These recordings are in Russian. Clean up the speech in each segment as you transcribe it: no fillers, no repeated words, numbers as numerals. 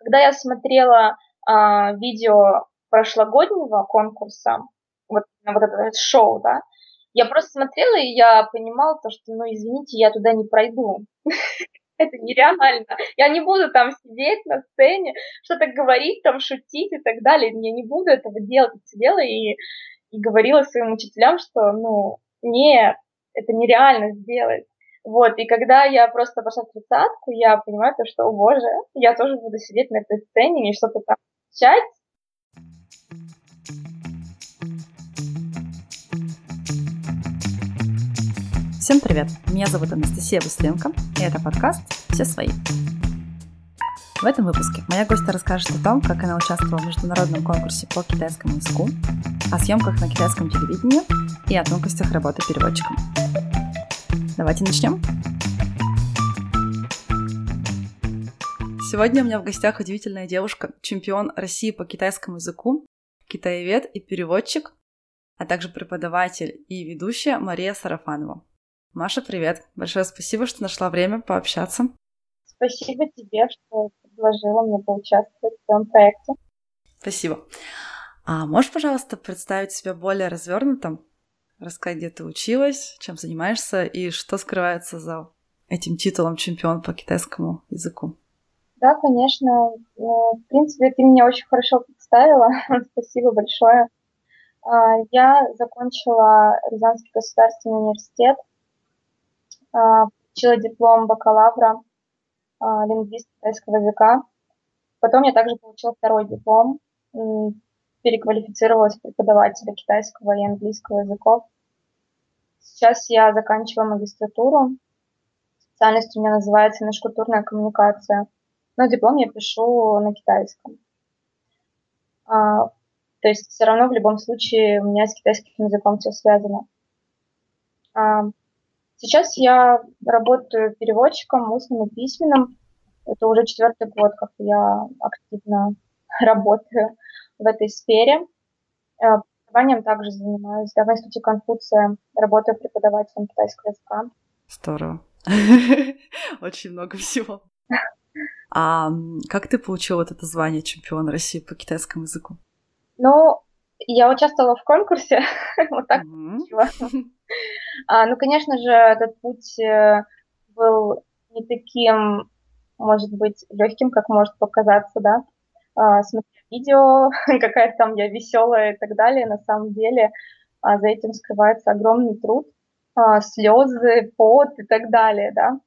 Когда я смотрела видео прошлогоднего конкурса, вот это шоу, да, я просто смотрела, и я понимала то, что, извините, я туда не пройду. Это нереально. Я не буду там сидеть на сцене, что-то говорить, там шутить и так далее. Я не буду этого делать. Я сидела и говорила своим учителям, что, нет, это нереально сделать. Вот, и когда я просто пошла в тридцатку, я понимаю то, что, о боже, я тоже буду сидеть на этой сцене и что-то там кричать. Всем привет! Меня зовут Анастасия Василенко, и это подкаст «Все свои». В этом выпуске моя гостья расскажет о том, как она участвовала в международном конкурсе по китайскому языку, о съемках на китайском телевидении и о тонкостях работы переводчиком. Давайте начнем. Сегодня у меня в гостях удивительная девушка, чемпион России по китайскому языку, китаевед и переводчик, а также преподаватель и ведущая Мария Сарафанова. Маша, привет! Большое спасибо, что нашла время пообщаться. Спасибо тебе, что предложила мне поучаствовать в твоем проекте. Спасибо. А можешь, пожалуйста, представить себя более развернуто? Рассказать, где ты училась, чем занимаешься и что скрывается за этим титулом чемпион по китайскому языку? Да, конечно. В принципе, ты меня очень хорошо представила. Спасибо большое. Я закончила Рязанский государственный университет, получила диплом бакалавра, лингвист китайского языка. Потом я также получила второй диплом, переквалифицировалась в преподавателя китайского и английского языков. Сейчас я заканчиваю магистратуру. Специальность у меня называется межкультурная коммуникация. Но диплом я пишу на китайском. То есть все равно в любом случае у меня с китайским языком все связано. Сейчас я работаю переводчиком устным и письменным. Это уже 4-й год, как я активно работаю в этой сфере. Преподаванием также занимаюсь. В Институте Конфуция работаю преподавателем китайского языка. Здорово. Очень много всего. А как ты получила вот это звание чемпиона России по китайскому языку? Я участвовала в конкурсе. Вот так получила. Конечно же, этот путь был не таким, может быть, легким, как может показаться, да. Смотря видео, какая там я веселая и так далее, на самом деле за этим скрывается огромный труд, слезы, пот и так далее, да.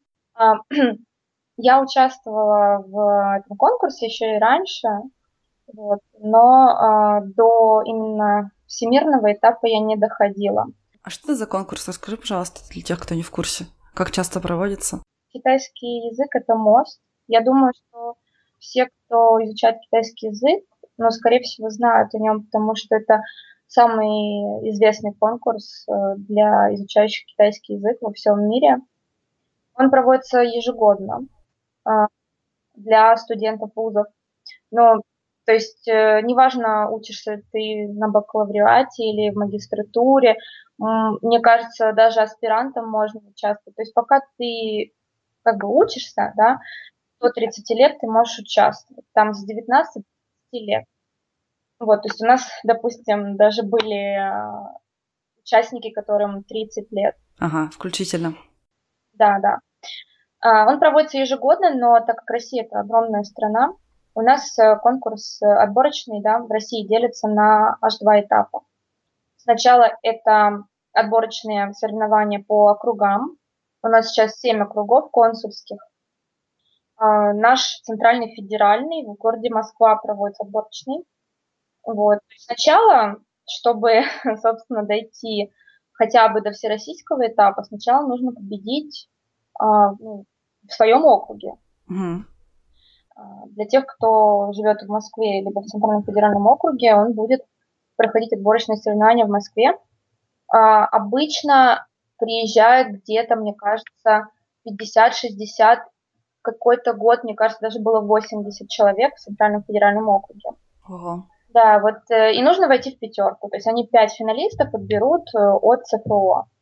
Я участвовала в этом конкурсе еще и раньше, вот, но до именно всемирного этапа я не доходила. А что это за конкурс? Расскажи, пожалуйста, для тех, кто не в курсе. Как часто проводится? Китайский язык – это мост. Я думаю, что все, кто изучает китайский язык, скорее всего, знают о нем, потому что это самый известный конкурс для изучающих китайский язык во всем мире. Он проводится ежегодно для студентов вузов. То есть неважно, учишься ты на бакалавриате или в магистратуре, мне кажется, даже аспирантам можно участвовать. То есть пока ты учишься, да, до 30 лет ты можешь участвовать, там с 19 до 30 лет. Вот, то есть у нас, допустим, даже были участники, которым 30 лет. Ага, включительно. Да. Он проводится ежегодно, но так как Россия – это огромная страна, у нас конкурс отборочный, да, в России делится на аж 2 этапа. Сначала это отборочные соревнования по округам. У нас сейчас 7 округов консульских. Наш центральный федеральный в городе Москва проводится отборочный. Вот. Сначала, чтобы, собственно, дойти хотя бы до всероссийского этапа, сначала нужно победить в своем округе. Угу. Для тех, кто живет в Москве либо в Центральном федеральном округе, он будет проходить отборочные соревнования в Москве. Обычно приезжают где-то, мне кажется, 50-60, какой-то год, мне кажется, даже было 80 человек в Центральном федеральном округе. Ого. Да, вот и нужно войти в 5. То есть они 5 финалистов отберут от ЦФО.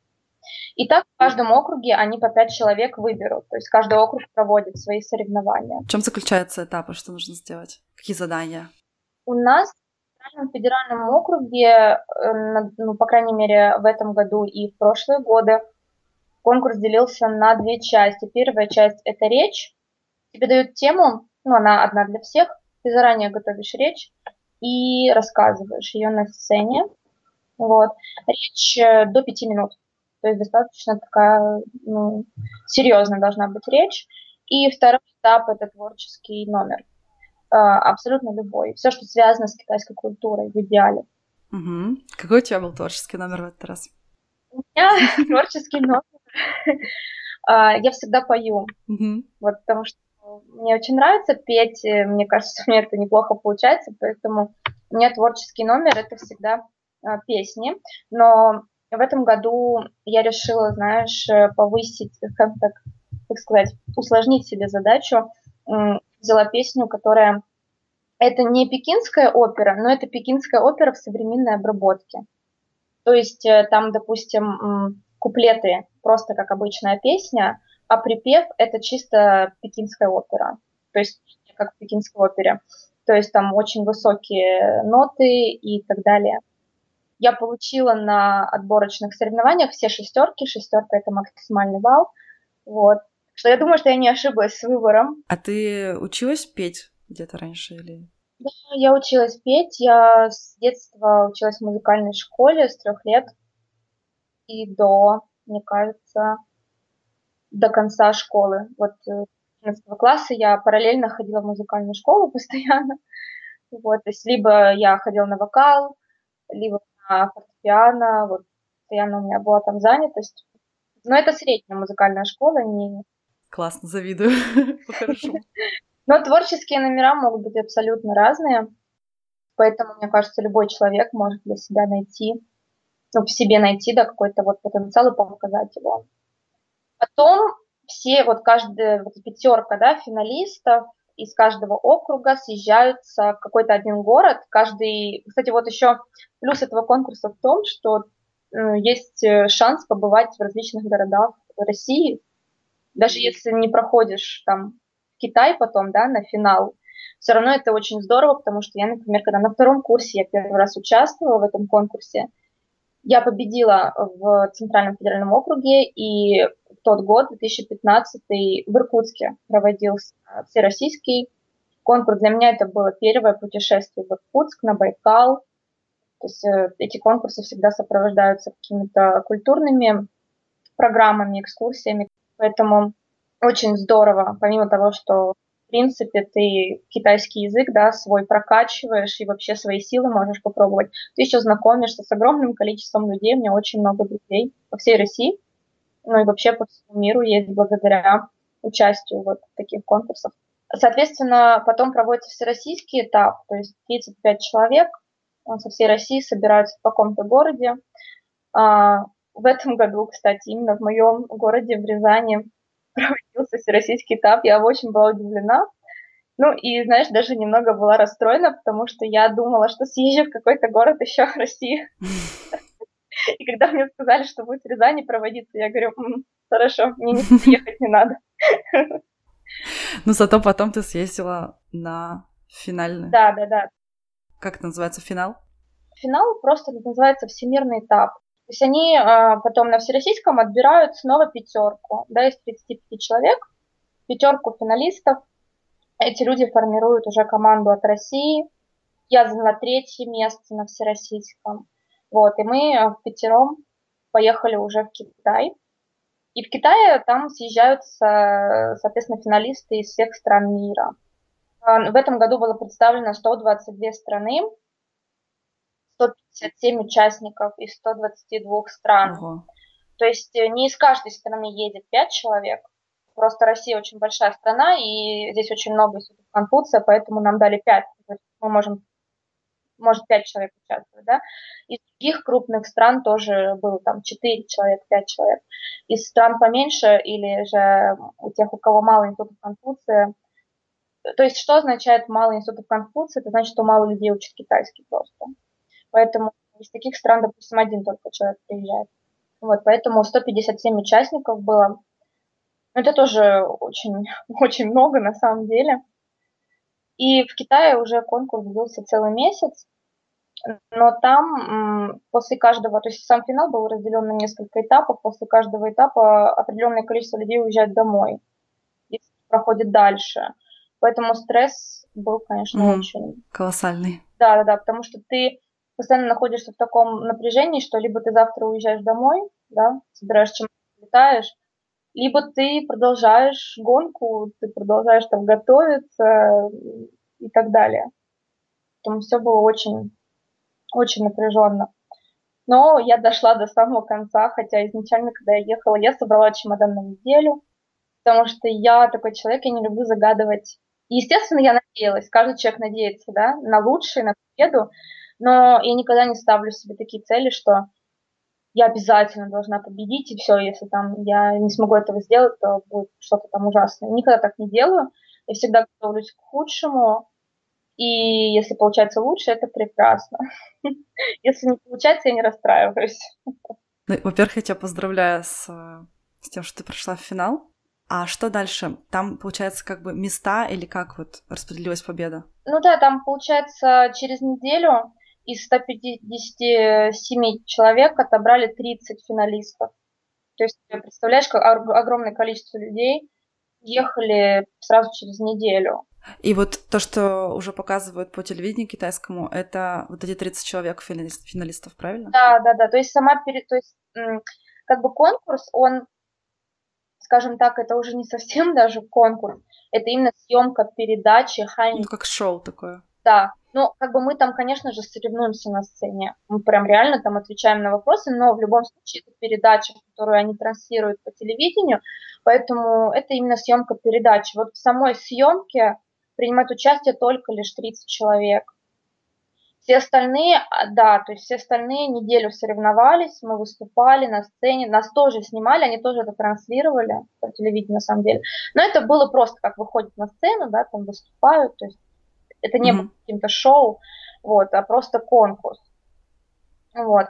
И так в каждом округе они по 5 человек выберут. То есть каждый округ проводит свои соревнования. В чем заключаются этапы, что нужно сделать? Какие задания? У нас в Центральном федеральном округе, по крайней мере, в этом году и в прошлые годы, конкурс делился на две части. Первая часть – это речь. Тебе дают тему, она одна для всех. Ты заранее готовишь речь и рассказываешь ее на сцене. Вот. Речь до 5 минут. То есть достаточно такая, серьезная должна быть речь. И второй этап – это творческий номер. Абсолютно любой. Все, что связано с китайской культурой, в идеале. Угу. Какой у тебя был творческий номер в этот раз? У меня творческий номер. Я всегда пою. Вот, потому что мне очень нравится петь. Мне кажется, у меня это неплохо получается, поэтому у меня творческий номер – это всегда песни. Но в этом году я решила, повысить, как сказать, усложнить себе задачу. Взяла песню, которая… Это не пекинская опера, но это пекинская опера в современной обработке. То есть там, допустим, куплеты просто как обычная песня, а припев – это чисто пекинская опера. То есть как в пекинской опере. То есть там очень высокие ноты и так далее. Я получила на отборочных соревнованиях все шестерки. Шестерка – это максимальный балл. Вот. Что я думаю, что я не ошиблась с выбором. А ты училась петь где-то раньше или… Да, я училась петь. Я с детства училась в музыкальной школе с 3 лет и до, мне кажется, до конца школы. Вот 11 класса я параллельно ходила в музыкальную школу постоянно. Вот, то есть либо я ходила на вокал, либо на фортепиано. Вот постоянно у меня была там занятость. Но это средняя музыкальная школа, не… Классно, завидую. По-хорошему. Но творческие номера могут быть абсолютно разные. Поэтому, мне кажется, любой человек может для себя найти, в себе найти, да, какой-то вот потенциал и показать его. Потом каждая пятерка, да, финалистов из каждого округа съезжаются в какой-то один город. Кстати, вот еще плюс этого конкурса в том, что есть шанс побывать в различных городах России. Даже если не проходишь там в Китай потом, да, на финал, все равно это очень здорово, потому что я, например, когда на 2 курсе я первый раз участвовала в этом конкурсе, я победила в Центральном федеральном округе, и в тот год, 2015, в Иркутске проводился всероссийский конкурс. Для меня это было первое путешествие в Иркутск, на Байкал. То есть эти конкурсы всегда сопровождаются какими-то культурными программами, экскурсиями. Поэтому очень здорово, помимо того, что в принципе ты китайский язык, да, свой прокачиваешь и вообще свои силы можешь попробовать. Ты еще знакомишься с огромным количеством людей. У меня очень много друзей по всей России, ну и вообще по всему миру есть благодаря участию вот в таких конкурсах. Соответственно, потом проводится всероссийский этап, то есть 35 человек со всей России собираются в каком-то городе. В этом году, кстати, именно в моем городе, в Рязани, проводился всероссийский этап. Я очень была удивлена. Ну и, знаешь, даже немного была расстроена, потому что я думала, что съезжу в какой-то город еще в России. И когда мне сказали, что будет в Рязани проводиться, я говорю, хорошо, мне ехать не надо. Ну, зато потом ты съездила на финальный. Да. Как это называется, финал? Финал просто называется всемирный этап. То есть они потом на всероссийском отбирают снова пятерку, да, из 35 человек, пятерку финалистов. Эти люди формируют уже команду от России. Я заняла 3-е место на всероссийском. Вот, и мы впятером поехали уже в Китай. И в Китае там съезжаются, соответственно, финалисты из всех стран мира. В этом году было представлено 122 страны, 157 участников из 122 стран. Ого. То есть не из каждой страны едет 5 человек. Просто Россия очень большая страна, и здесь очень много институтов Конфуция, поэтому нам дали 5. Мы может 5 человек участвовать, да. Из других крупных стран тоже было там 4 человека, 5 человек. Из стран поменьше или же у тех, у кого мало институтов Конфуция. То есть что означает мало институтов Конфуция? Это значит, что мало людей учат китайский просто. Поэтому из таких стран, допустим, 1 только человек приезжает. Вот, поэтому 157 участников было. Это тоже очень, очень много на самом деле. И в Китае уже конкурс длился целый месяц, но там после каждого, то есть сам финал был разделен на несколько этапов, после каждого этапа определенное количество людей уезжает домой и проходит дальше. Поэтому стресс был, конечно, очень... Колоссальный. Да, потому что ты постоянно находишься в таком напряжении, что либо ты завтра уезжаешь домой, да, собираешь чемодан, летаешь, либо ты продолжаешь гонку, ты продолжаешь там готовиться и так далее. Поэтому все было очень, очень напряженно. Но я дошла до самого конца, хотя изначально, когда я ехала, я собрала чемодан на неделю, потому что я такой человек, я не люблю загадывать. Естественно, я надеялась, каждый человек надеется, да, на лучшее, на победу, но я никогда не ставлю себе такие цели, что я обязательно должна победить, и все, если там я не смогу этого сделать, то будет что-то там ужасное. Никогда так не делаю. Я всегда готовлюсь к худшему, и если получается лучше, это прекрасно. Если не получается, я не расстраиваюсь. Ну, во-первых, я тебя поздравляю с тем, что ты прошла в финал. А что дальше? Там, получается, как бы места или как вот распределилась победа? Ну да, там, получается, через неделю из 157 человек отобрали 30 финалистов. То есть, ты представляешь, как огромное количество людей ехали сразу через неделю. И вот то, что уже показывают по телевидению китайскому, это вот эти 30 человек финалистов, правильно? Да. То есть то есть как бы конкурс, он, скажем так, это уже не совсем даже конкурс, это именно съемка передачи Ну, Хань. как шоу такое. Да, ну, как бы мы там, конечно же, соревнуемся на сцене. Мы прям реально там отвечаем на вопросы, но в любом случае это передача, которую они транслируют по телевидению, поэтому это именно съемка передачи. Вот в самой съемке принимают участие только лишь 30 человек. Все остальные, да, то есть все остальные неделю соревновались, мы выступали на сцене, нас тоже снимали, они тоже это транслировали по телевидению на самом деле. Но это было просто как выходят на сцену, да, там выступают, то есть это не было каким-то шоу, вот, а просто конкурс. Вот.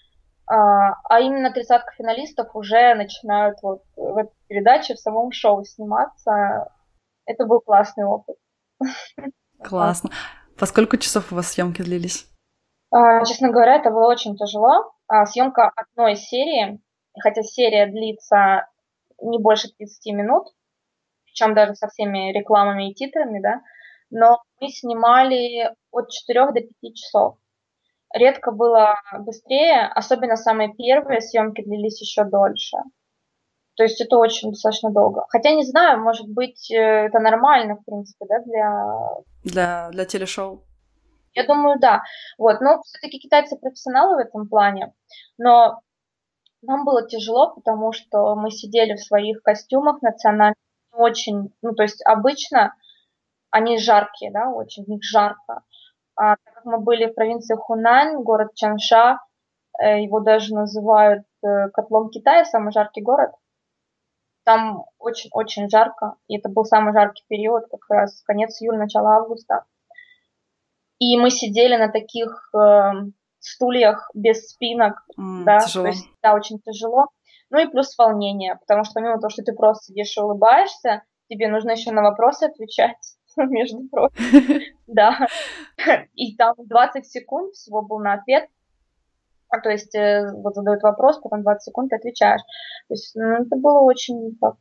А именно тридцатка финалистов уже начинают вот в этой передаче, в самом шоу сниматься. Это был классный опыт. Классно. По сколько часов у вас съемки длились? Честно говоря, это было очень тяжело. Съемка одной серии, хотя серия длится не больше 30 минут, причем даже со всеми рекламами и титрами, да, но мы снимали от 4 до 5 часов. Редко было быстрее, особенно самые первые съемки длились еще дольше. То есть это очень достаточно долго. Хотя не знаю, может быть, это нормально, в принципе, да, Для телешоу? Я думаю, да. Вот, но все-таки китайцы профессионалы в этом плане. Но нам было тяжело, потому что мы сидели в своих костюмах национальных, очень, ну, то есть обычно они жаркие, да, очень, в них жарко. Так как мы были в провинции Хунань, город Чанша, его даже называют котлом Китая, самый жаркий город. Там очень-очень жарко, и это был самый жаркий период, как раз конец июля, начало августа. И мы сидели на таких стульях без спинок, да, то Тяжело. есть, да, очень тяжело. Ну и плюс волнение, потому что помимо того, что ты просто сидишь и улыбаешься, тебе нужно еще на вопросы отвечать, между прочим, да. И там 20 секунд всего был на ответ, то есть вот задают вопрос, потом 20 секунд ты отвечаешь. То есть это было очень так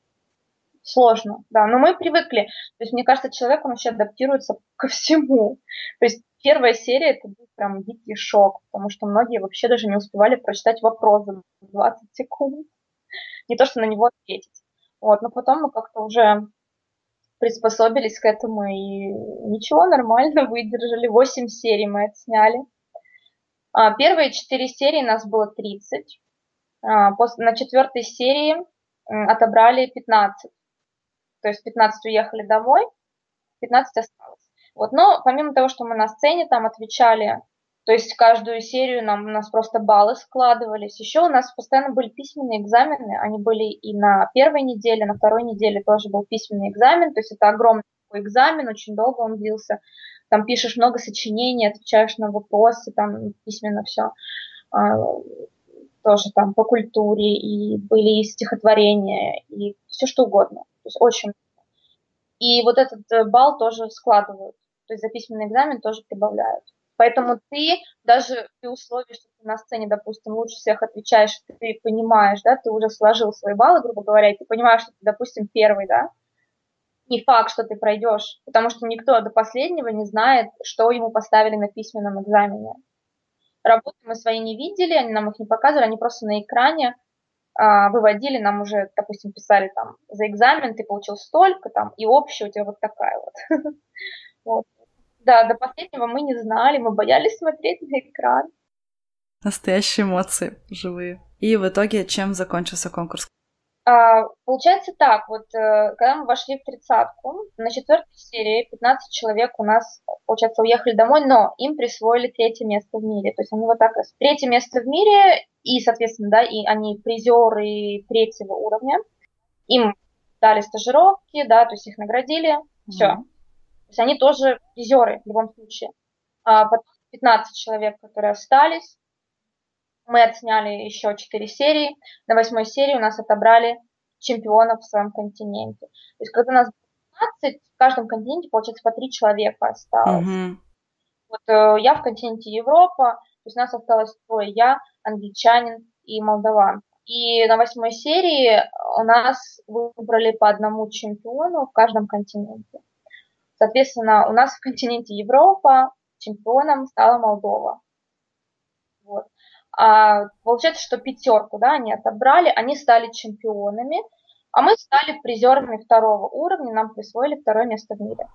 сложно, да, но мы привыкли. То есть, мне кажется, человек, он вообще адаптируется ко всему. То есть первая серия это был прям дикий шок, потому что многие вообще даже не успевали прочитать вопрос за 20 секунд, не то что на него ответить. Вот, но потом мы как-то уже приспособились к этому и ничего, нормально выдержали. 8 серий мы отсняли. Первые 4 серии нас было 30. На 4-й серии отобрали 15. То есть 15 уехали домой, 15 осталось. Вот, но помимо того, что мы на сцене там отвечали, то есть каждую серию у нас просто баллы складывались. Еще у нас постоянно были письменные экзамены. Они были и на первой неделе, на второй неделе тоже был письменный экзамен. То есть это огромный такой экзамен, очень долго он длился. Там пишешь много сочинений, отвечаешь на вопросы, там письменно все. тоже там по культуре, и были и стихотворения, и все что угодно. То есть очень. И вот этот балл тоже складывают, то есть за письменный экзамен тоже прибавляют. Поэтому ты даже при условии, что ты на сцене, допустим, лучше всех отвечаешь, ты понимаешь, да, ты уже сложил свои баллы, грубо говоря, и ты понимаешь, что ты, допустим, первый, да, не факт, что ты пройдешь, потому что никто до последнего не знает, что ему поставили на письменном экзамене. Работы мы свои не видели, они нам их не показывали, они просто на экране выводили, нам уже, допустим, писали там за экзамен, ты получил столько там, и общая у тебя вот такая вот. Вот. Да, до последнего мы не знали, мы боялись смотреть на экран. Настоящие эмоции, живые. И в итоге чем закончился конкурс? Получается так, вот когда мы вошли в тридцатку, на четвертой серии 15 человек у нас, получается, уехали домой, но им присвоили третье место в мире. То есть они вот так раз. Третье место в мире, и, соответственно, да, и они призеры третьего уровня. Им дали стажировки, да, то есть их наградили, все. То есть они тоже призеры в любом случае. Потом 15 человек, которые остались, мы отсняли еще 4 серии. На 8 серии у нас отобрали чемпионов в своем континенте. То есть, когда у нас 15, в каждом континенте, получается, по 3 человека осталось. Вот я в континенте Европа, то есть у нас осталось трое, я, англичанин и молдаван. И на 8 серии у нас выбрали по одному чемпиону в каждом континенте. Соответственно, у нас в континенте Европа чемпионом стала Молдова. Вот. Получается, что пятерку, да, они отобрали, они стали чемпионами, а мы стали призерами второго уровня, нам присвоили второе место в мире.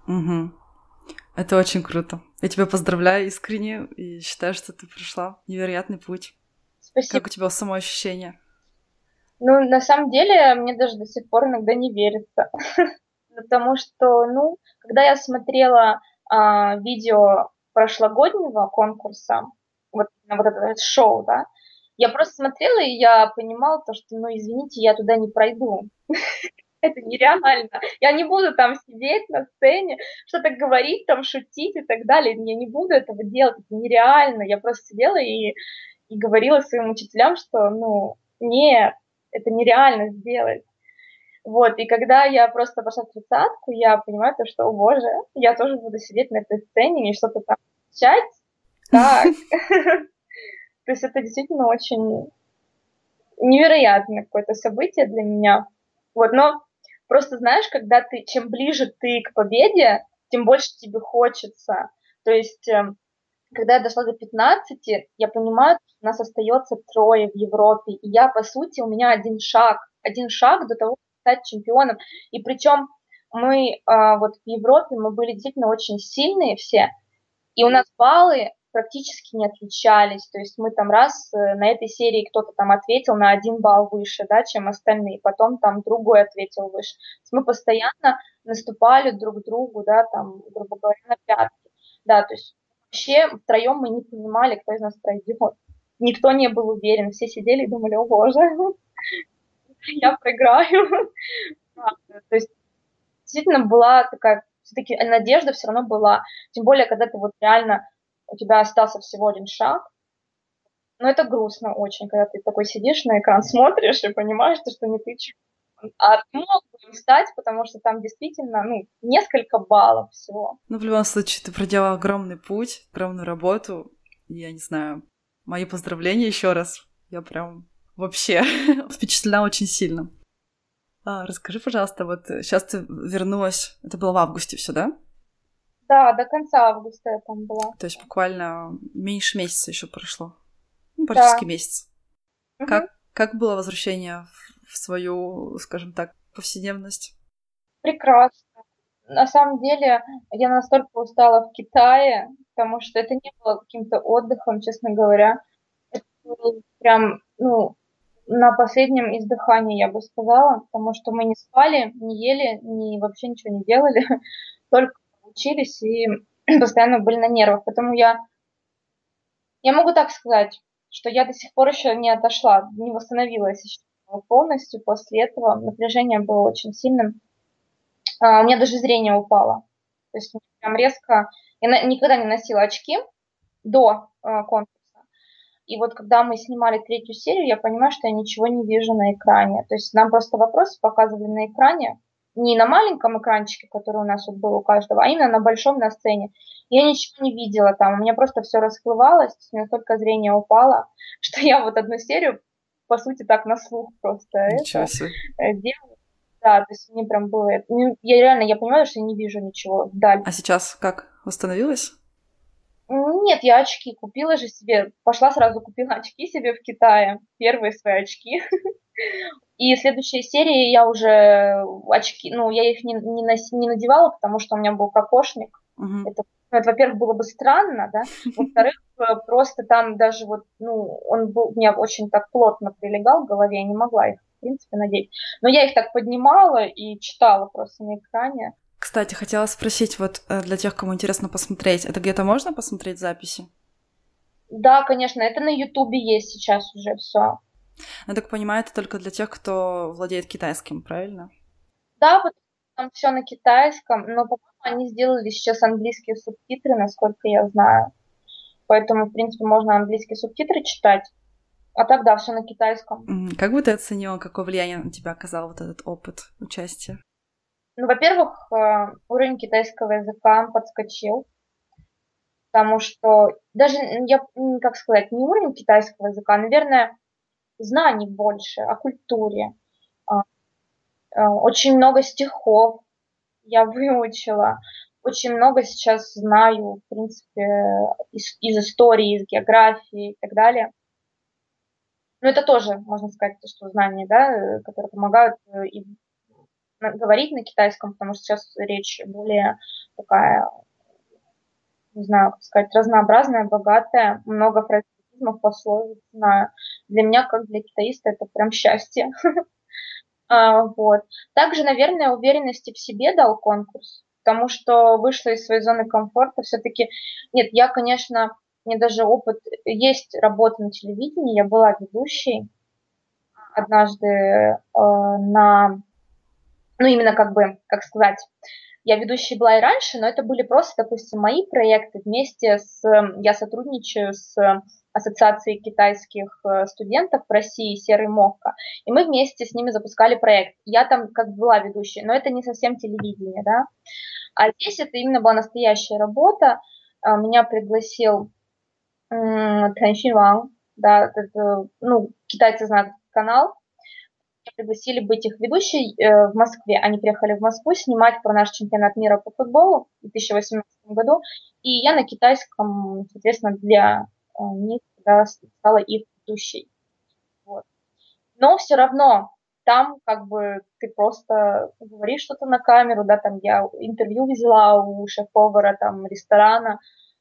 Это очень круто. Я тебя поздравляю искренне и считаю, что ты прошла невероятный путь. Спасибо. Как у тебя самоощущение? Ну, на самом деле, мне даже до сих пор иногда не верится. Потому что, ну, когда я смотрела видео прошлогоднего конкурса, вот это шоу, да, я просто смотрела, и я понимала то, что, ну, извините, я туда не пройду. Это нереально. Я не буду там сидеть на сцене, что-то говорить, там, шутить и так далее. Я не буду этого делать, это нереально. Я просто сидела и говорила своим учителям, что, ну, нет, это нереально сделать. Вот, и когда я просто пошла в тридцатку, я понимаю то, что, о боже, я тоже буду сидеть на этой сцене и что-то там кричать. Так. То есть это действительно очень невероятное какое-то событие для меня. Вот, но просто знаешь, когда ты, чем ближе ты к победе, тем больше тебе хочется. То есть, когда я дошла до 15, я понимаю, что у нас остается трое в Европе, и я, по сути, у меня один шаг до того, чтобы стать чемпионом. И причем мы вот в Европе, мы были действительно очень сильные все, и у нас баллы практически не отличались. То есть мы там раз на этой серии кто-то там ответил на 1 балл выше, да, чем остальные, потом там другой ответил выше. То есть мы постоянно наступали друг другу, да, там, грубо говоря, на пятки. Да, то есть вообще втроем мы не понимали, кто из нас пройдет. Никто не был уверен, все сидели и думали, о боже, я проиграю. То есть действительно была такая, все-таки надежда все равно была. Тем более, когда ты вот реально, у тебя остался всего один шаг. Но это грустно очень, когда ты такой сидишь на экран, смотришь и понимаешь, что не ты чемпион. А ты мог бы им стать, потому что там действительно, ну, несколько баллов всего. Ну, в любом случае, ты проделала огромный путь, огромную работу. Я не знаю, мои поздравления еще раз. Я прям вообще впечатлена очень сильно. Расскажи, пожалуйста, вот сейчас ты вернулась, это было в августе все, да? Да, до конца августа я там была. То есть буквально меньше месяца еще прошло. Ну, практически месяц. Как было возвращение в свою, скажем так, повседневность? Прекрасно. На самом деле, я настолько устала в Китае, потому что это не было каким-то отдыхом, честно говоря. Это был прям, ну, на последнем издыхании, я бы сказала, потому что мы не спали, не ели, ни вообще ничего не делали, только учились и постоянно были на нервах. Поэтому я могу так сказать, что я до сих пор еще не отошла, не восстановилась еще полностью после этого. Напряжение было очень сильным. У меня даже зрение упало. То есть прям резко. Я никогда не носила очки до конкурса. И вот когда мы снимали третью серию, я понимаю, что я ничего не вижу на экране. То есть нам просто вопросы показывали на экране, не на маленьком экранчике, который у нас вот был у каждого, а именно на большом, на сцене. Я ничего не видела там, у меня просто все расплывалось, у меня настолько зрение упало, что я вот одну серию, по сути, так на слух просто Ничего себе. делала. Да, то есть мне прям было... Ну, я реально, я понимаю, что я не вижу ничего вдаль. А сейчас как? Восстановилась? Нет, я очки купила же себе, пошла сразу купила очки себе в Китае, первые свои очки. И следующие серии я уже очки, ну, я их не надевала, потому что у меня был кокошник. Угу. Это, во-первых, было бы странно, да, во-вторых, просто там даже вот, ну, он был, у меня очень так плотно прилегал к голове, я не могла их, в принципе, надеть. Но я их так поднимала и читала просто на экране. Кстати, хотела спросить, вот для тех, кому интересно посмотреть, это где-то можно посмотреть записи? Да, конечно, это на Ютубе есть сейчас уже все. Я так понимаю, это только для тех, кто владеет китайским, правильно? Да, вот там все на китайском, но, по-моему, они сделали сейчас английские субтитры, насколько я знаю. Поэтому, в принципе, можно английские субтитры читать. А так, да, все на китайском. Как бы ты оценила, какое влияние на тебя оказал вот этот опыт участия? Ну, во-первых, уровень китайского языка подскочил, потому что даже, как сказать, не уровень китайского языка, а, наверное, знаний больше о культуре. А, Очень много стихов я выучила. Очень много сейчас знаю, в принципе, из истории, из географии и так далее. Но это тоже, можно сказать, что знания, да, которые помогают и говорить на китайском, потому что сейчас речь более такая, не знаю, как сказать, разнообразная, богатая, много фразеологизмов, пословиц, знаю. Для меня, как для китаиста, это прям счастье. Вот. Также, наверное, уверенности в себе дал конкурс, потому что вышла из своей зоны комфорта. Все-таки, нет, я, конечно, мне даже опыт, есть работа на телевидении, я была ведущей однажды на, ну, именно как бы, как сказать, я ведущей была и раньше, но это были просто, допустим, мои проекты вместе с... Я сотрудничаю с Ассоциацией китайских студентов в России «Серый Мокко», и мы вместе с ними запускали проект. Я там как бы была ведущей, но это не совсем телевидение, да. А здесь это именно была настоящая работа. Меня пригласил Тэн Ван, да, это, ну, китайцы знают этот канал, пригласили быть их ведущей в Москве. Они приехали в Москву снимать про наш чемпионат мира по футболу в 2018 году. И я на китайском, соответственно, для них да, стала их ведущей. Вот. Но все равно там как бы ты просто говоришь что-то на камеру, да, там я интервью взяла у шеф-повара там ресторана,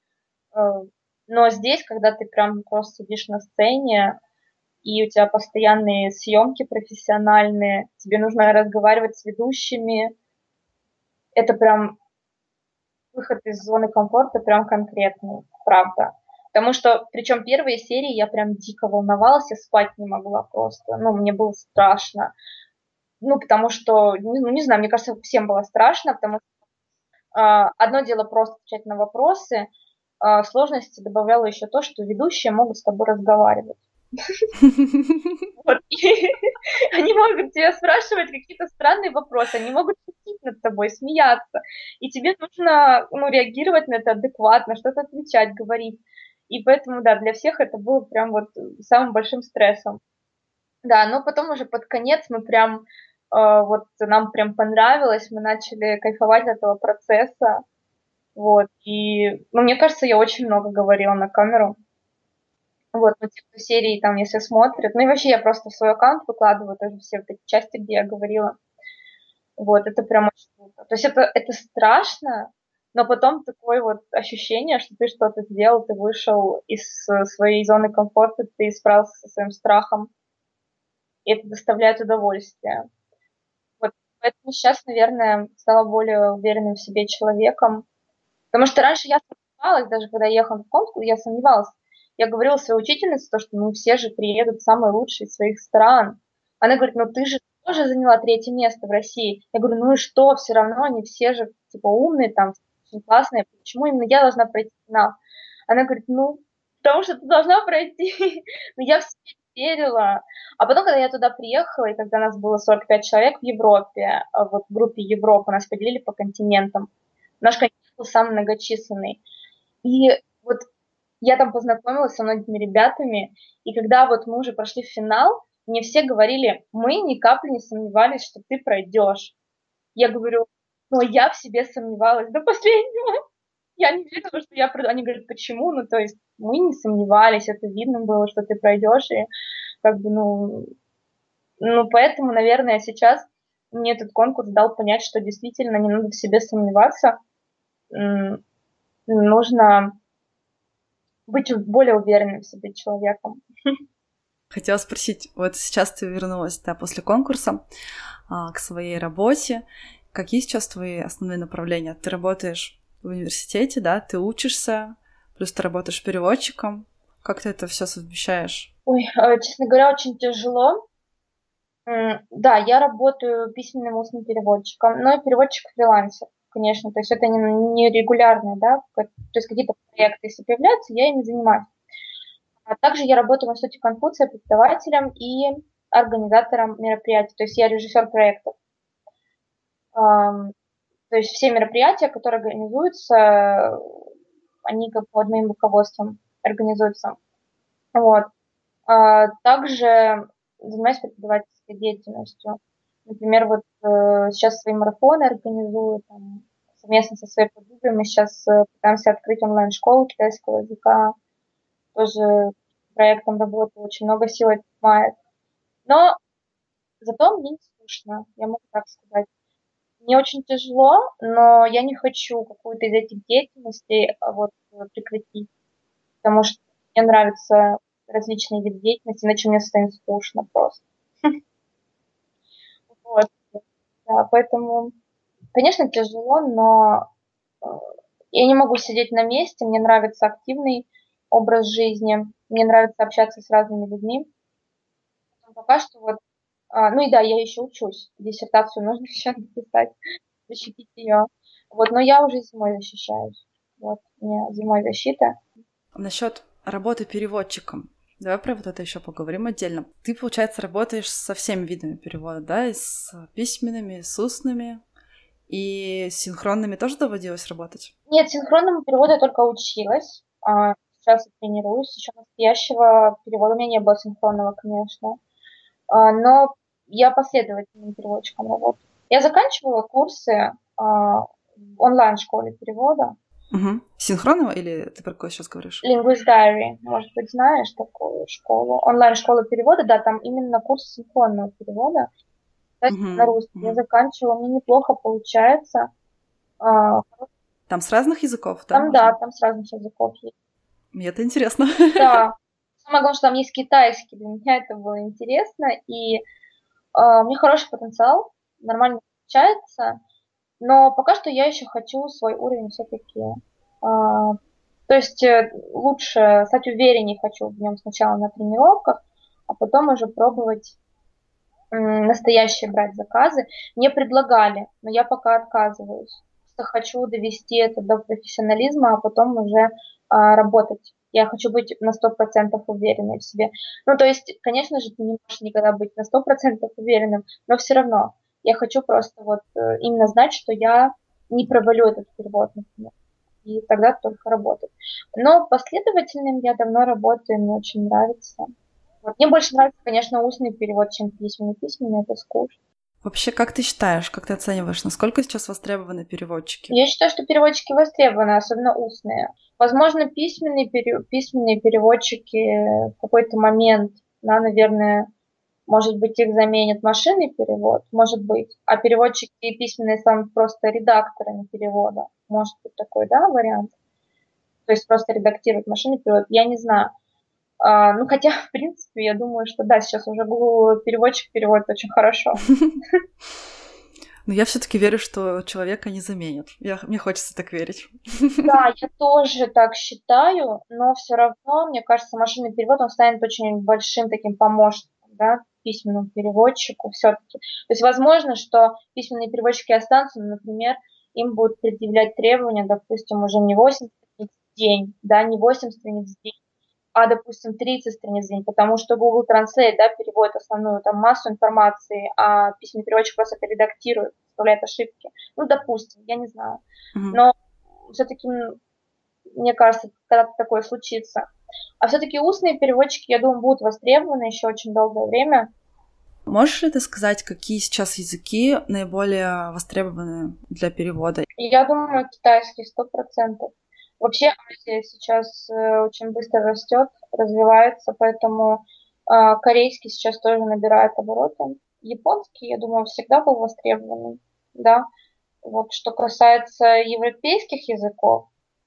но здесь, когда ты прям просто сидишь на сцене, и у тебя постоянные съемки профессиональные, тебе нужно разговаривать с ведущими. Это прям выход из зоны комфорта прям конкретный, правда. Потому что, причем первые серии я прям дико волновалась, я спать не могла просто. Ну, мне было страшно. Ну, потому что, ну, не знаю, мне кажется, всем было страшно, потому что одно дело просто отвечать на вопросы, сложности добавляло еще то, что ведущие могут с тобой разговаривать. Вот. И они могут тебя спрашивать какие-то странные вопросы, они могут шутить над тобой, смеяться. И тебе нужно, ну, реагировать на это адекватно, что-то отвечать, говорить. И поэтому, да, для всех это было прям вот самым большим стрессом. Да, но потом уже под конец мы прям, вот нам прям понравилось, мы начали кайфовать от этого процесса. Вот. И, ну, мне кажется, я очень много говорила на камеру. Вот, ну, типа, серии там, если смотрят. Ну, и вообще я просто в свой аккаунт выкладываю тоже все вот эти части, где я говорила. Вот, это прям очень круто. То есть это страшно, но потом такое вот ощущение, что ты что-то сделал, ты вышел из своей зоны комфорта, ты справился со своим страхом, и это доставляет удовольствие. Вот, поэтому сейчас, наверное, стала более уверенным в себе человеком. Потому что раньше я сомневалась, даже когда я ехала в конкурс, я сомневалась. Я говорила своей учительнице, то, что ну все же приедут самые лучшие из своих стран. Она говорит, ну ты же тоже заняла третье место в России. Я говорю, ну и что, все равно они все же типа умные, там, очень классные. Почему именно я должна пройти финал? Она говорит, ну, потому что ты должна пройти. Но я в себя верила. А потом, когда я туда приехала, и когда нас было 45 человек в Европе, вот в группе Европы, нас поделили по континентам. Наш континент был самый многочисленный. И вот я там познакомилась со многими ребятами, и когда вот мы уже прошли в финал, мне все говорили: мы ни капли не сомневались, что ты пройдешь. Я говорю: но я в себе сомневалась до последнего. Я не верила, что я пройду. Они говорят: почему? Ну, то есть мы не сомневались, это видно было, что ты пройдешь, и как бы, ну, поэтому, наверное, сейчас мне этот конкурс дал понять, что действительно не надо в себе сомневаться, нужно быть более уверенным в себе человеком. Хотела спросить, вот сейчас ты вернулась, да, после конкурса к своей работе. Какие сейчас твои основные направления? Ты работаешь в университете, да, ты учишься, плюс ты работаешь переводчиком. Как ты это все совмещаешь? Ой, честно говоря, очень тяжело. Да, я работаю письменным устным переводчиком, но переводчик-фрилансер, конечно. То есть это не регулярно, да, то есть какие-то проекты, если появляются, я ими занимаюсь. А также я работаю в Институте Конфуция преподавателем и организатором мероприятий. То есть я режиссер проектов. То есть все мероприятия, которые организуются, они как под моим руководством организуются. Вот. Также занимаюсь преподавательской деятельностью. Например, вот сейчас свои марафоны организую там, совместно со своей подругой. Мы сейчас пытаемся открыть онлайн-школу китайского языка. Тоже проектом работаю, очень много сил отнимает. Но зато мне не скучно, я могу так сказать. Мне очень тяжело, но я не хочу какую-то из этих деятельностей прекратить, потому что мне нравятся различные виды деятельности, иначе мне станет скучно просто. Вот. Да, поэтому, конечно, тяжело, но э, я не могу сидеть на месте, мне нравится активный образ жизни, мне нравится общаться с разными людьми. Но пока что вот, ну и да, я еще учусь, диссертацию нужно еще написать, защитить ее. Вот, но я уже зимой защищаюсь. Вот, у меня зимой защита. Насчет работы переводчиком. Давай про вот это еще поговорим отдельно. Ты, получается, работаешь со всеми видами перевода, да? И с письменными, и с устными, и с синхронными тоже доводилось работать? Нет, синхронному переводу я только училась. Сейчас я тренируюсь. Еще настоящего перевода у меня не было синхронного, конечно. Но я последовательным переводчиком работаю. Я заканчивала курсы в онлайн-школе перевода. Угу. Синхронного или ты про какой сейчас говоришь? Linguist Diary, может быть, знаешь такую школу? Онлайн-школа перевода, да, там именно курс синхронного перевода. То есть на Угу. русский я Угу. заканчивала, мне неплохо получается. А, Там с разных языков, да, Там, да, можно? там с разных языков есть. Мне это интересно. Да. Самое главное, что там есть китайский. Для меня это было интересно. И у меня хороший потенциал, нормально получается. Но пока что я еще хочу свой уровень все-таки. То есть лучше стать увереннее хочу в нем сначала на тренировках, а потом уже пробовать настоящие брать заказы. Мне предлагали, но я пока отказываюсь. Просто хочу довести это до профессионализма, а потом уже работать. Я хочу быть на 100% уверенной в себе. Ну, то есть, конечно же, ты не можешь никогда быть на 100% уверенным, но все равно я хочу просто вот именно знать, что я не провалю этот перевод, например. И тогда только работать. Но последовательным я давно работаю, мне очень нравится. Вот. Мне больше нравится, конечно, устный перевод, чем письменный. Письменный это скучно. Вообще, как ты считаешь, как ты оцениваешь, насколько сейчас востребованы переводчики? Я считаю, что переводчики востребованы, особенно устные. Возможно, письменные переводчики в какой-то момент, да, наверное, может быть, их заменит машинный перевод, может быть. А переводчики письменные станут просто редакторами перевода. Может быть такой, да, вариант. То есть просто редактировать машинный перевод. Я не знаю. Ну, хотя, в принципе, я думаю, что да, сейчас уже Google переводчик переводит очень хорошо. Но я все-таки верю, что человека не заменят. Мне хочется так верить. Да, я тоже так считаю, но все равно, мне кажется, машинный перевод, он станет очень большим таким помощником, да, письменному переводчику все-таки. То есть возможно, что письменные переводчики останутся, но, например, им будут предъявлять требования, допустим, уже не 8 страниц в день, да, не 8 страниц в день, а, допустим, 30 страниц в день, потому что Google Translate, да, переводит основную там массу информации, а письменный переводчик просто это редактирует, вставляет ошибки. Ну, допустим, я не знаю. Мгм. Но все-таки, мне кажется, когда-то такое случится. А все-таки устные переводчики, я думаю, будут востребованы еще очень долгое время. Можешь ли ты сказать, какие сейчас языки наиболее востребованы для перевода? Я думаю, китайский 100%. Вообще Азия сейчас очень быстро растет, развивается, поэтому корейский сейчас тоже набирает обороты. Японский, я думаю, всегда был востребованным, да. Вот что касается европейских языков,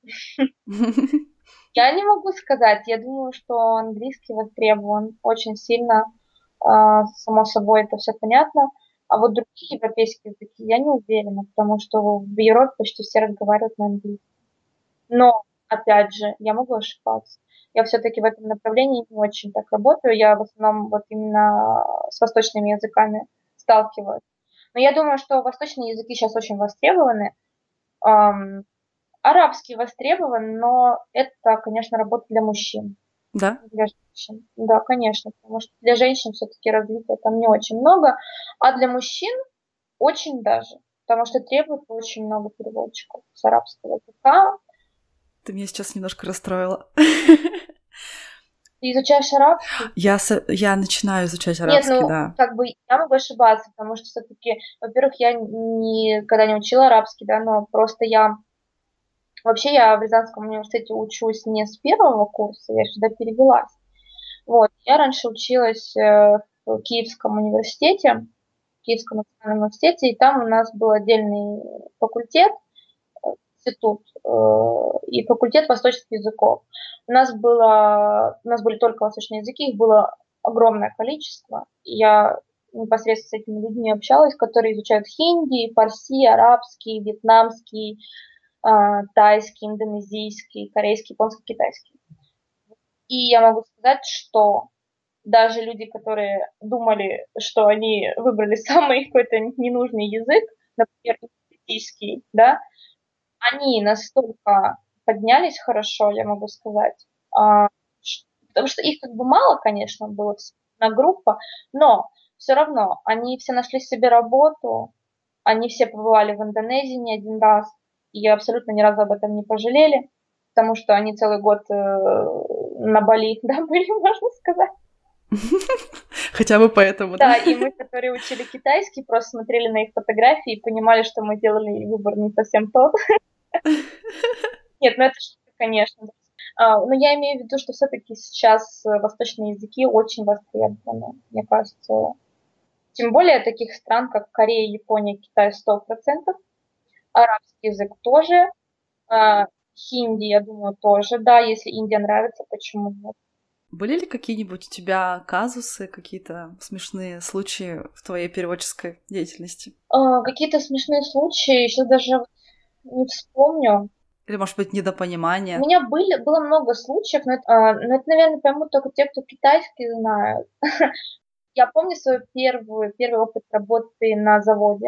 я не могу сказать. Я думаю, что английский востребован очень сильно. Само собой, это все понятно. А вот другие европейские языки я не уверена, потому что в Европе почти все разговаривают на английском. Но, опять же, я могу ошибаться. Я все-таки в этом направлении не очень так работаю. Я в основном вот именно с восточными языками сталкиваюсь. Но я думаю, что восточные языки сейчас очень востребованы. Ам, Арабский востребован, но это, конечно, работа для мужчин. Да? Для женщин. Да, конечно, потому что для женщин все-таки развития там не очень много, а для мужчин очень даже, потому что требуется очень много переводчиков с арабского языка. Ты меня сейчас немножко расстроила. Ты изучаешь арабский? Я начинаю изучать Нет, арабский, ну, да. как бы я могу ошибаться, потому что все-таки, во-первых, я никогда не учила арабский, да, но просто вообще я в Рязанском университете учусь не с первого курса, я сюда перевелась. Вот, я раньше училась в Киевском университете, Киевском национальном университете, и там у нас был отдельный факультет, институт и факультет восточных языков. У нас были только восточные языки, их было огромное количество. Я непосредственно с этими людьми общалась, которые изучают хинди, фарси, арабский, вьетнамский, тайский, индонезийский, корейский, японский, китайский. И я могу сказать, что даже люди, которые думали, что они выбрали самый какой-то ненужный язык, например, индийский, да, они настолько поднялись хорошо, я могу сказать, потому что их как бы мало, конечно, было на группа, но все равно они все нашли себе работу, они все побывали в Индонезии не один раз, и абсолютно ни разу об этом не пожалели, потому что они целый год на Бали, да, были, можно сказать. Хотя бы поэтому, да? Да, и мы, которые учили китайский, просто смотрели на их фотографии и понимали, что мы делали выбор не совсем тот. Нет, ну это шутка, конечно. Но я имею в виду, что все-таки сейчас восточные языки очень востребованы, мне кажется. Тем более таких стран, как Корея, Япония, Китай 100%. Арабский язык тоже. Хинди, я думаю, тоже. Да, если Индия нравится, почему нет? Были ли какие-нибудь у тебя казусы, какие-то смешные случаи в твоей переводческой деятельности? Какие-то смешные случаи, сейчас даже не вспомню. Или, может быть, У недопонимание? меня было много случаев, но это, наверное, поймут только те, кто китайский знают. Я помню свой первый опыт работы на заводе.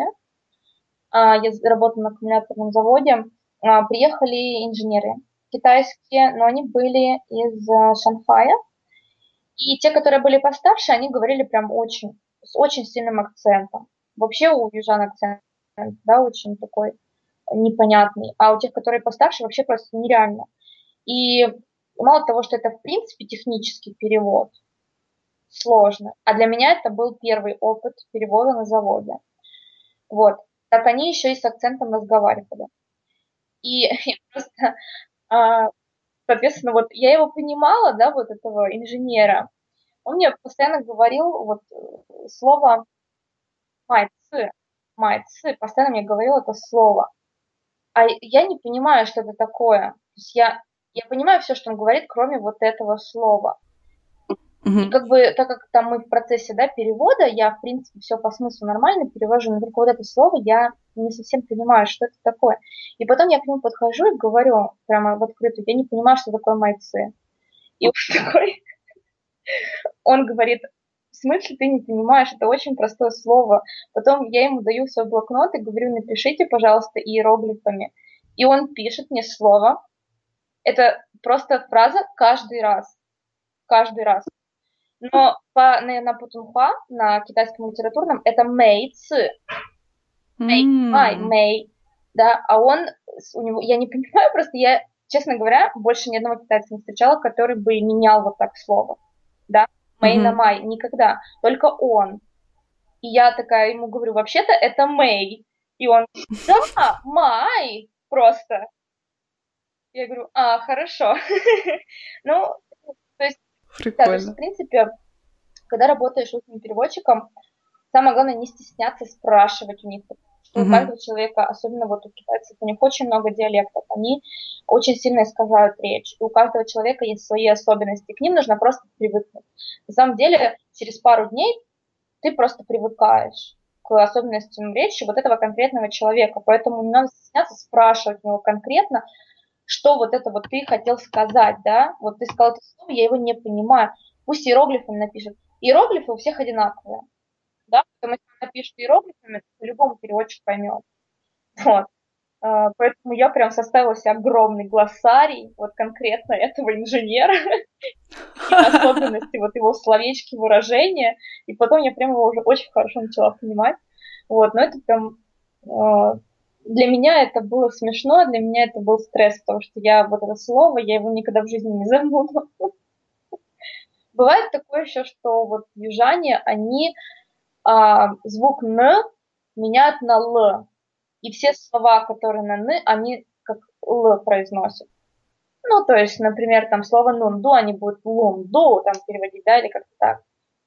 Я работала на аккумуляторном заводе. Приехали инженеры китайские, но они были из Шанхая. И те, которые были постарше, они говорили прям с очень сильным акцентом. Вообще у южан акцент, да, очень такой непонятный. А у тех, которые постарше, вообще просто нереально. И мало того, что это в принципе технический перевод, сложно. А для меня это был первый опыт перевода на заводе. Вот. Так они еще и с акцентом разговаривали. И я просто, а, соответственно, вот я его понимала, да, вот этого инженера. Он мне постоянно говорил вот слово майцы, майцы, постоянно мне говорил это слово. А я не понимаю, что это такое. То есть я понимаю все, что он говорит, кроме вот этого слова. И Мгм. как бы, так как там мы в процессе, да, перевода, я, в принципе, все по смыслу нормально перевожу, но только вот это слово я не совсем понимаю, что это такое. И потом я к нему подхожу и говорю прямо в открытую, я не понимаю, что такое майцы. И он такой, он говорит, в смысле ты не понимаешь, это очень простое слово. Потом я ему даю свой блокнот и говорю, напишите, пожалуйста, иероглифами. И он пишет мне слово. Это просто фраза каждый раз. каждый раз. Но на Путунхуа, на китайском литературном, это мэй ци, мэй, да, а у него, я не понимаю, просто я, честно говоря, больше ни одного китайца не встречала, который бы менял вот так слово, да, мэй на май, никогда, только он. И я такая ему говорю, вообще-то это мэй, и он, да, май, просто. Я говорю, хорошо. Ну, то есть, да, то есть, в принципе, когда работаешь устным переводчиком, самое главное не стесняться спрашивать у них, что у каждого человека, особенно вот у китайцев, у них очень много диалектов, они очень сильно искажают речь, и у каждого человека есть свои особенности, к ним нужно просто привыкнуть. На самом деле, через пару дней ты просто привыкаешь к особенностям речи вот этого конкретного человека, поэтому не надо стесняться спрашивать у него конкретно, что вот это вот ты хотел сказать, да, вот ты сказал это слово, я его не понимаю, пусть иероглифами напишет. Иероглифы у всех одинаковые, да, потому что если он напишет иероглифами, по-любому переводчик поймет. Вот. Поэтому я прям составила себе огромный глоссарий вот конкретно этого инженера, особенности, вот его словечки, выражения, и потом я прям его уже очень хорошо начала понимать. Вот, но это прям для меня это было смешно, для меня это был стресс, потому что я вот это слово, я его никогда в жизни не забуду. Бывает такое еще, что вот южане, они звук «н» меняют на «л», и все слова, которые на «н», они как «л» произносят. Ну, то есть, например, там слово «нунду», они будут «лунду» там переводить, да, или как-то так.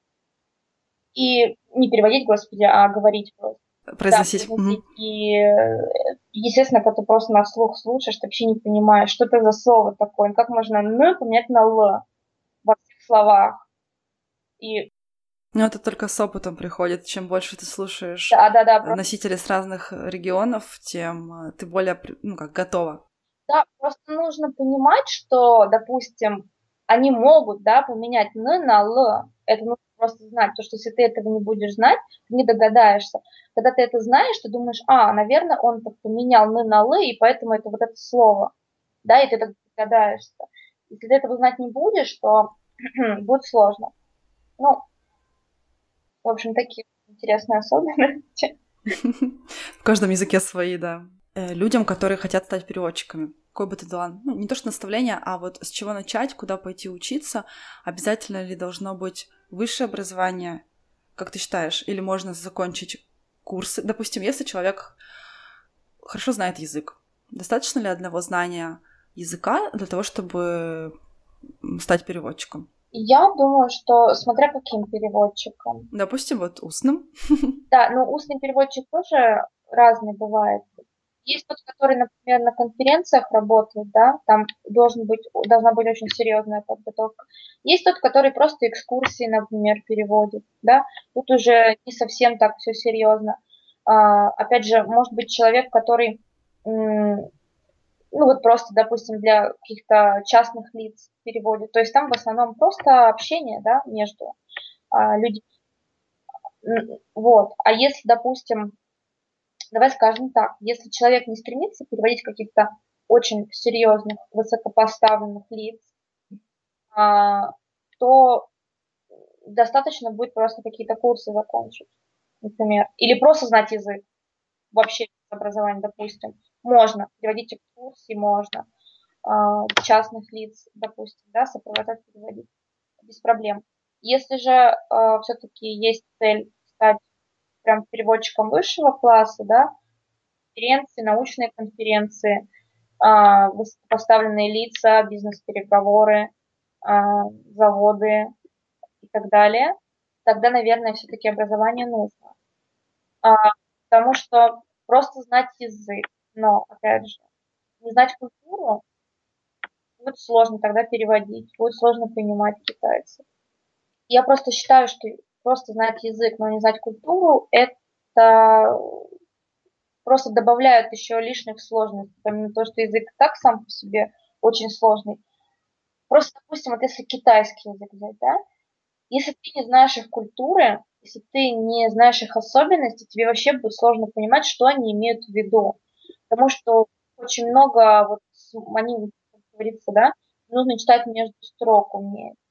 И не переводить, господи, а говорить просто. Произносить. Да, произносить. И, естественно, когда ты просто на слух слушаешь, ты вообще не понимаешь, что это за слово такое, как можно «н» поменять на «л» во всех словах. И ну, это только с опытом приходит. Чем больше ты слушаешь носителей с разных регионов, тем ты более, готова. Да, просто нужно понимать, что, допустим, они могут, да, поменять «н» на «л». Это нужно просто знать, потому что если ты этого не будешь знать, ты не догадаешься. Когда ты это знаешь, ты думаешь, наверное, он так поменял «н» на «л», и поэтому это вот это слово, да, и ты так догадаешься. Если ты этого знать не будешь, то будет сложно. Ну, в общем, такие интересные особенности. В каждом языке свои, да. Людям, которые хотят стать переводчиками, какой бы ты дала, не то что наставление, а вот с чего начать, куда пойти учиться, обязательно ли должно быть высшее образование, как ты считаешь, или можно закончить курсы? Допустим, если человек хорошо знает язык, достаточно ли одного знания языка для того, чтобы стать переводчиком? Я думаю, что смотря каким переводчиком. Допустим, вот устным. Да, но устный переводчик тоже разный бывает. Есть тот, который, например, на конференциях работает, да, там должна быть очень серьезная подготовка. Есть тот, который просто экскурсии, например, переводит, да, тут уже не совсем так все серьезно. Опять же, может быть человек, который, ну вот просто, допустим, для каких-то частных лиц переводит. То есть там в основном просто общение, да, между людьми. Вот. А если, допустим, давай скажем так, если человек не стремится переводить каких-то очень серьезных, высокопоставленных лиц, то достаточно будет просто какие-то курсы закончить, например, или просто знать язык, вообще без образования, допустим. Можно переводить экскурсии, можно частных лиц, допустим, да, сопровождать, переводить без проблем. Если же все-таки есть цель стать прям переводчиком высшего класса, да, конференции, научные конференции, высокопоставленные лица, бизнес-переговоры, заводы и так далее, тогда, наверное, все-таки образование нужно. Потому что просто знать язык, но, опять же, не знать культуру, будет сложно тогда переводить, будет сложно понимать китайцев. Я просто считаю, что просто знать язык, но не знать культуру, это просто добавляют еще лишних сложностей, помимо того, что язык так сам по себе очень сложный. Просто, допустим, вот если китайский язык взять, да, если ты не знаешь их культуры, если ты не знаешь их особенностей, тебе вообще будет сложно понимать, что они имеют в виду. Потому что очень много, вот они, как говорится, да, нужно читать между строк умеют.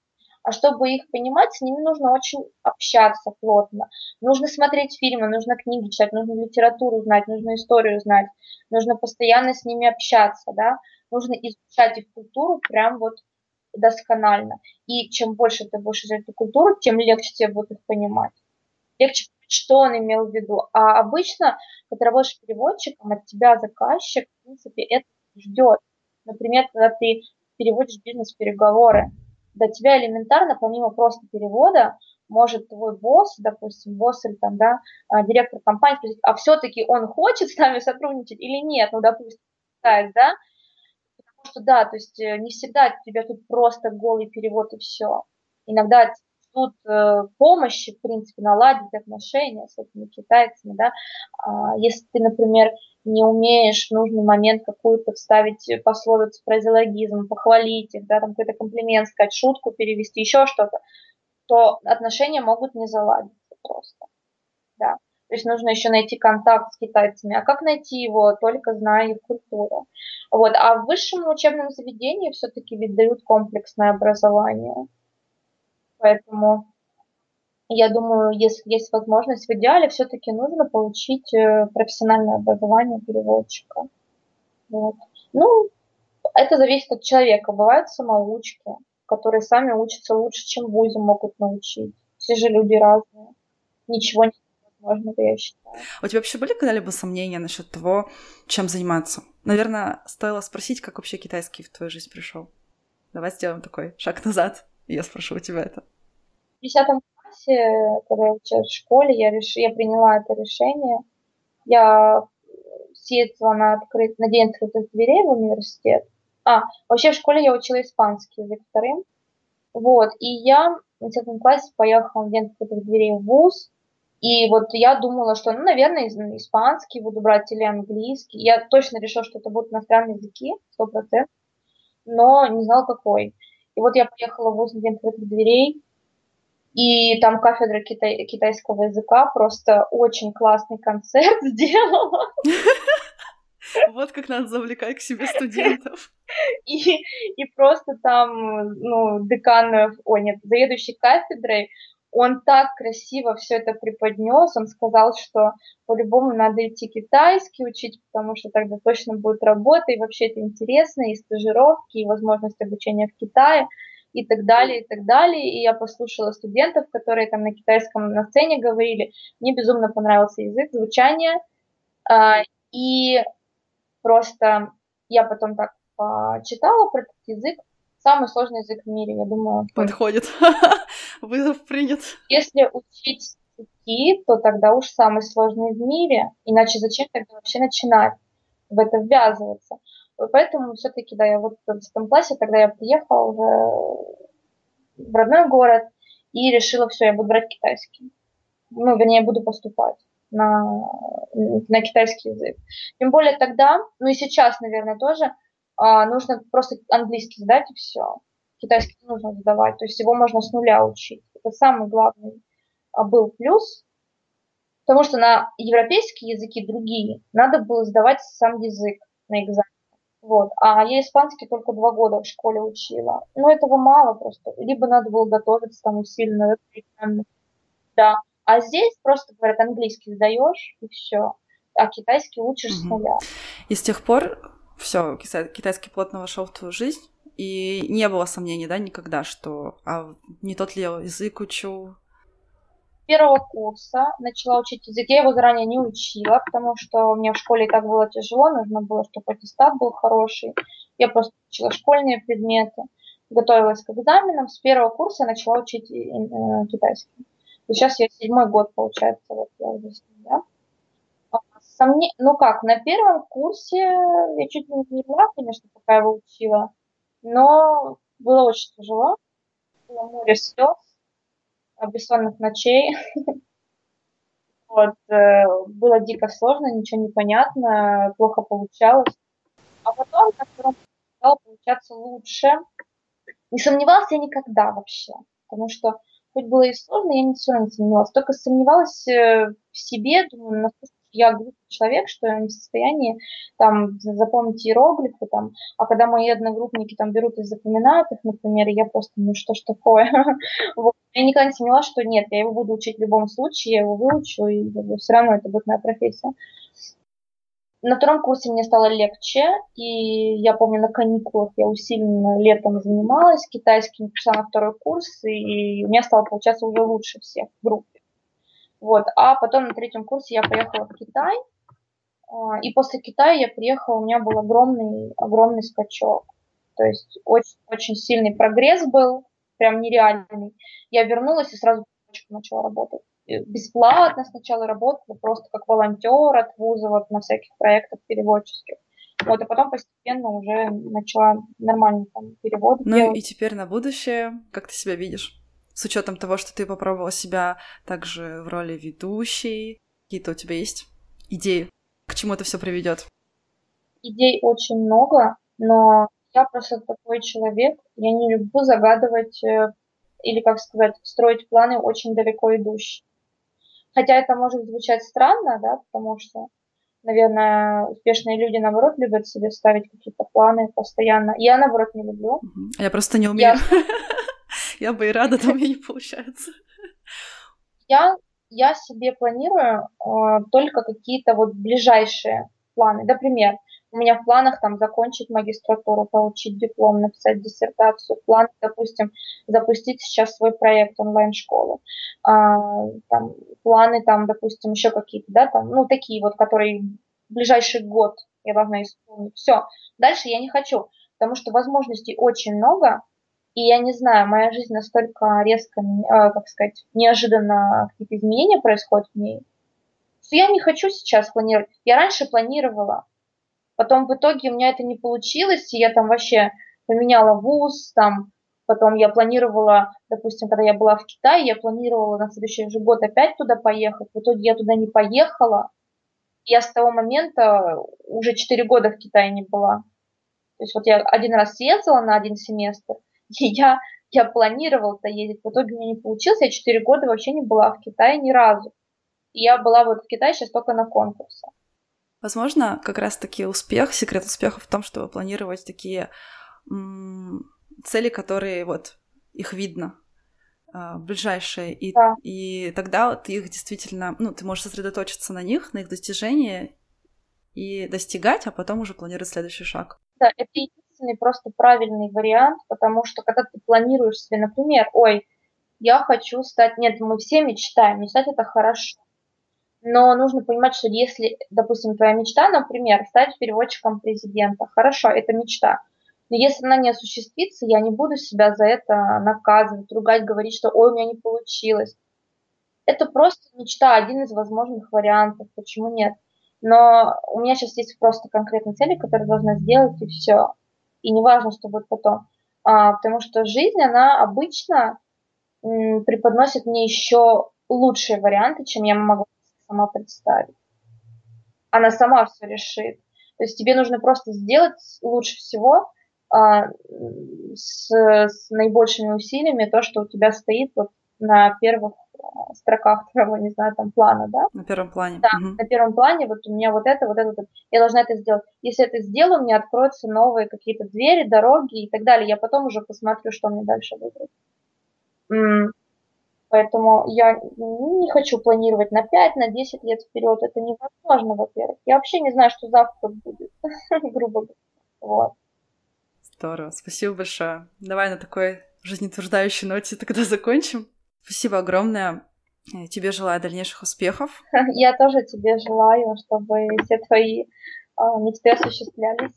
А чтобы их понимать, с ними нужно очень общаться плотно. Нужно смотреть фильмы, нужно книги читать, нужно литературу знать, нужно историю знать, нужно постоянно с ними общаться, да, нужно изучать их культуру прям вот досконально. И чем больше ты будешь изучать эту культуру, тем легче тебе будет их понимать. Легче понять, что он имел в виду. А обычно, когда ты работаешь переводчиком, от тебя заказчик, в принципе, это ждет. Например, когда ты переводишь бизнес-переговоры, до тебя элементарно, помимо просто перевода, может твой босс, допустим, босс или там, да, директор компании спросить, а все-таки он хочет с нами сотрудничать или нет? Ну, допустим, да, потому что да, то есть не всегда у тебя тут просто голый перевод и все. Иногда ждут помощи, в принципе, наладить отношения с этими китайцами, да. Если ты, например, не умеешь в нужный момент какую-то вставить пословицу, фразеологизм, похвалить их, да, там какой-то комплимент сказать, шутку перевести, еще что-то, то отношения могут не заладиться просто, да. То есть нужно еще найти контакт с китайцами. А как найти его, только зная их культуру. Вот. А в высшем учебном заведении все-таки ведь дают комплексное образование. Поэтому я думаю, если есть возможность, в идеале все-таки нужно получить профессиональное образование переводчика. Вот. Ну, это зависит от человека. Бывают самоучки, которые сами учатся лучше, чем в ВУЗе могут научить. Все же люди разные. Ничего невозможного, я считаю. У тебя вообще были когда-либо сомнения насчет того, чем заниматься? Наверное, стоило спросить, как вообще китайский в твою жизнь пришел. Давай сделаем такой шаг назад, и я спрошу у тебя это. В 10 классе, когда я училась в школе, я приняла это решение. Я съездила на день открытых дверей в университет. Вообще в школе я учила испанский язык вторым. Вот, и я в 10 классе поехала на день открытых дверей в ВУЗ. И вот я думала, что, ну, наверное, испанский буду брать или английский. Я точно решила, что это будут иностранные языки, 100%, но не знала, какой. И вот я поехала в ВУЗ на день открытых дверей, и там кафедра китайского языка просто очень классный концерт сделала. Вот как надо завлекать к себе студентов. И просто там, ну, заведующий кафедрой, он так красиво все это преподнес. Он сказал, что по-любому надо идти китайский учить, потому что тогда точно будет работа, и вообще это интересно, и стажировки, и возможность обучения в Китае, и так далее, и так далее. И я послушала студентов, которые там на китайском на сцене говорили. Мне безумно понравился язык, звучание. И просто я потом так почитала про этот язык. Самый сложный язык в мире, я думаю. Подходит. Вызов принят. Если учить языки, то тогда уж самый сложный в мире. Иначе зачем тогда вообще начинать в это ввязываться? Поэтому все-таки, да, я вот в 10 классе, тогда я приехала уже в родной город и решила, все, я буду брать китайский. Ну, вернее, буду поступать на китайский язык. Тем более тогда, ну и сейчас, наверное, тоже нужно просто английский сдать и все. Китайский не нужно сдавать, то есть его можно с нуля учить. Это самый главный был плюс, потому что на европейские языки другие надо было сдавать сам язык на экзамен. Вот. А я испанский только 2 года в школе учила. Но этого мало просто. Либо надо было готовиться там усиленно. Да. А здесь просто говорят, английский сдаешь, и все. А китайский учишь с нуля. И с тех пор все, китайский плотно вошел в твою жизнь, и не было сомнений, да, никогда, что не тот ли я язык учу? С 1 курса начала учить язык. Я его заранее не учила, потому что мне в школе и так было тяжело, нужно было, чтобы аттестат был хороший. Я просто учила школьные предметы, готовилась к экзаменам. С 1 курса начала учить китайский. И сейчас я 7-й год, получается, вот я уже с ним, да. Ну как, на 1 курсе я чуть не умерла, конечно, пока его учила, но было очень тяжело. Было море слез, бессонных ночей. Вот, было дико сложно, ничего не понятно, плохо получалось. А потом на 2 курсе стало получаться лучше. Не сомневалась я никогда вообще, потому что хоть было и сложно, я все равно не сомневалась. Только сомневалась в себе, думаю, насколько я глупый человек, что я не в состоянии там запомнить иероглифы, там, а когда мои одногруппники там берут и запоминают их, например, я просто, ну что ж такое? Вот. Я никогда не сомневалась, что нет, я его буду учить в любом случае, я его выучу, и все равно это будет моя профессия. На втором курсе мне стало легче, и я помню, на каникулах я усиленно летом занималась китайским, пришла на второй курс, и у меня стало получаться уже лучше всех в группе. Вот. А потом на третьем курсе я поехала в Китай, и после Китая я приехала, у меня был огромный скачок. То есть очень, очень сильный прогресс был, прям нереальный. Я вернулась и сразу начала работать. Бесплатно сначала работала, просто как волонтер от вуза, вот на всяких проектах переводческих. Вот, а потом постепенно уже начала нормально там переводы делать. И теперь на будущее, как ты себя видишь? С учетом того, что ты попробовала себя также в роли ведущей, какие-то у тебя есть идеи? К чему это все приведет? Идей очень много, но я просто такой человек, я не люблю загадывать или, как сказать, строить планы очень далеко идущие. Хотя это может звучать странно, да, потому что, наверное, успешные люди, наоборот, любят себе ставить какие-то планы постоянно. Я, наоборот, не люблю. А я просто не умею. Я бы и рада, но у меня не получается. Я себе планирую только какие-то вот ближайшие планы. Например, у меня в планах там закончить магистратуру, получить диплом, написать диссертацию. План, допустим, запустить сейчас свой проект онлайн-школы. Там, планы там, допустим, еще какие-то, да, там, ну, такие вот, которые в ближайший год я должна исполнить. Все. Дальше я не хочу, потому что возможностей очень много. И я не знаю, моя жизнь настолько резко, как сказать, неожиданно какие-то изменения происходят в ней, что я не хочу сейчас планировать. Я раньше планировала, потом в итоге у меня это не получилось, и я там вообще поменяла вуз, там, потом я планировала, допустим, когда я была в Китае, я планировала на следующий же год опять туда поехать, в итоге я туда не поехала, и я с того момента уже 4 года в Китае не была. То есть вот я один раз съездила на один семестр, и я планировала-то ездить, в итоге у меня не получилось, я 4 года вообще не была в Китае ни разу. И я была вот в Китае сейчас только на конкурсах. Возможно, как раз-таки секрет успеха в том, чтобы планировать такие цели, которые вот их видно, ближайшие, и тогда ты их действительно, ты можешь сосредоточиться на них, на их достижении и достигать, а потом уже планировать следующий шаг. Да, это единственный просто правильный вариант, потому что когда ты планируешь себе, например, я хочу стать... Нет, мы все мечтаем, мечтать это хорошо. Но нужно понимать, что если, допустим, твоя мечта, например, стать переводчиком президента, хорошо, это мечта. Но если она не осуществится, я не буду себя за это наказывать, ругать, говорить, что ой, у меня не получилось. Это просто мечта, один из возможных вариантов, почему нет. Но у меня сейчас есть просто конкретные цели, которые я должна сделать, и все. И не важно, что будет потом. Потому что жизнь, она обычно преподносит мне еще лучшие варианты, чем я могу сама представить. Она сама все решит. То есть тебе нужно просто сделать лучше всего с наибольшими усилиями то, что у тебя стоит вот на первых строках твоего, не знаю, там плана, да? На первом плане. Да, на первом плане вот у меня вот это. Я должна это сделать. Если это сделаю, мне откроются новые какие-то двери, дороги и так далее. Я потом уже посмотрю, что мне дальше выбрать. Поэтому я не хочу планировать на 5, на 10 лет вперед. Это невозможно, во-первых. Я вообще не знаю, что завтра будет, грубо говоря. Вот. Здорово, спасибо большое. Давай на такой жизнеутверждающей ноте тогда закончим. Спасибо огромное. Тебе желаю дальнейших успехов. Я тоже тебе желаю, чтобы все твои мечты осуществлялись.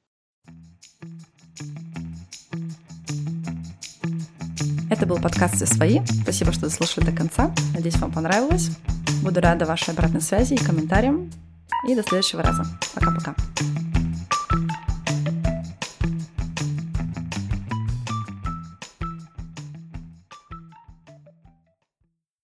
Это был подкаст «Все свои». Спасибо, что дослушали до конца. Надеюсь, вам понравилось. Буду рада вашей обратной связи и комментариям. И до следующего раза. Пока-пока.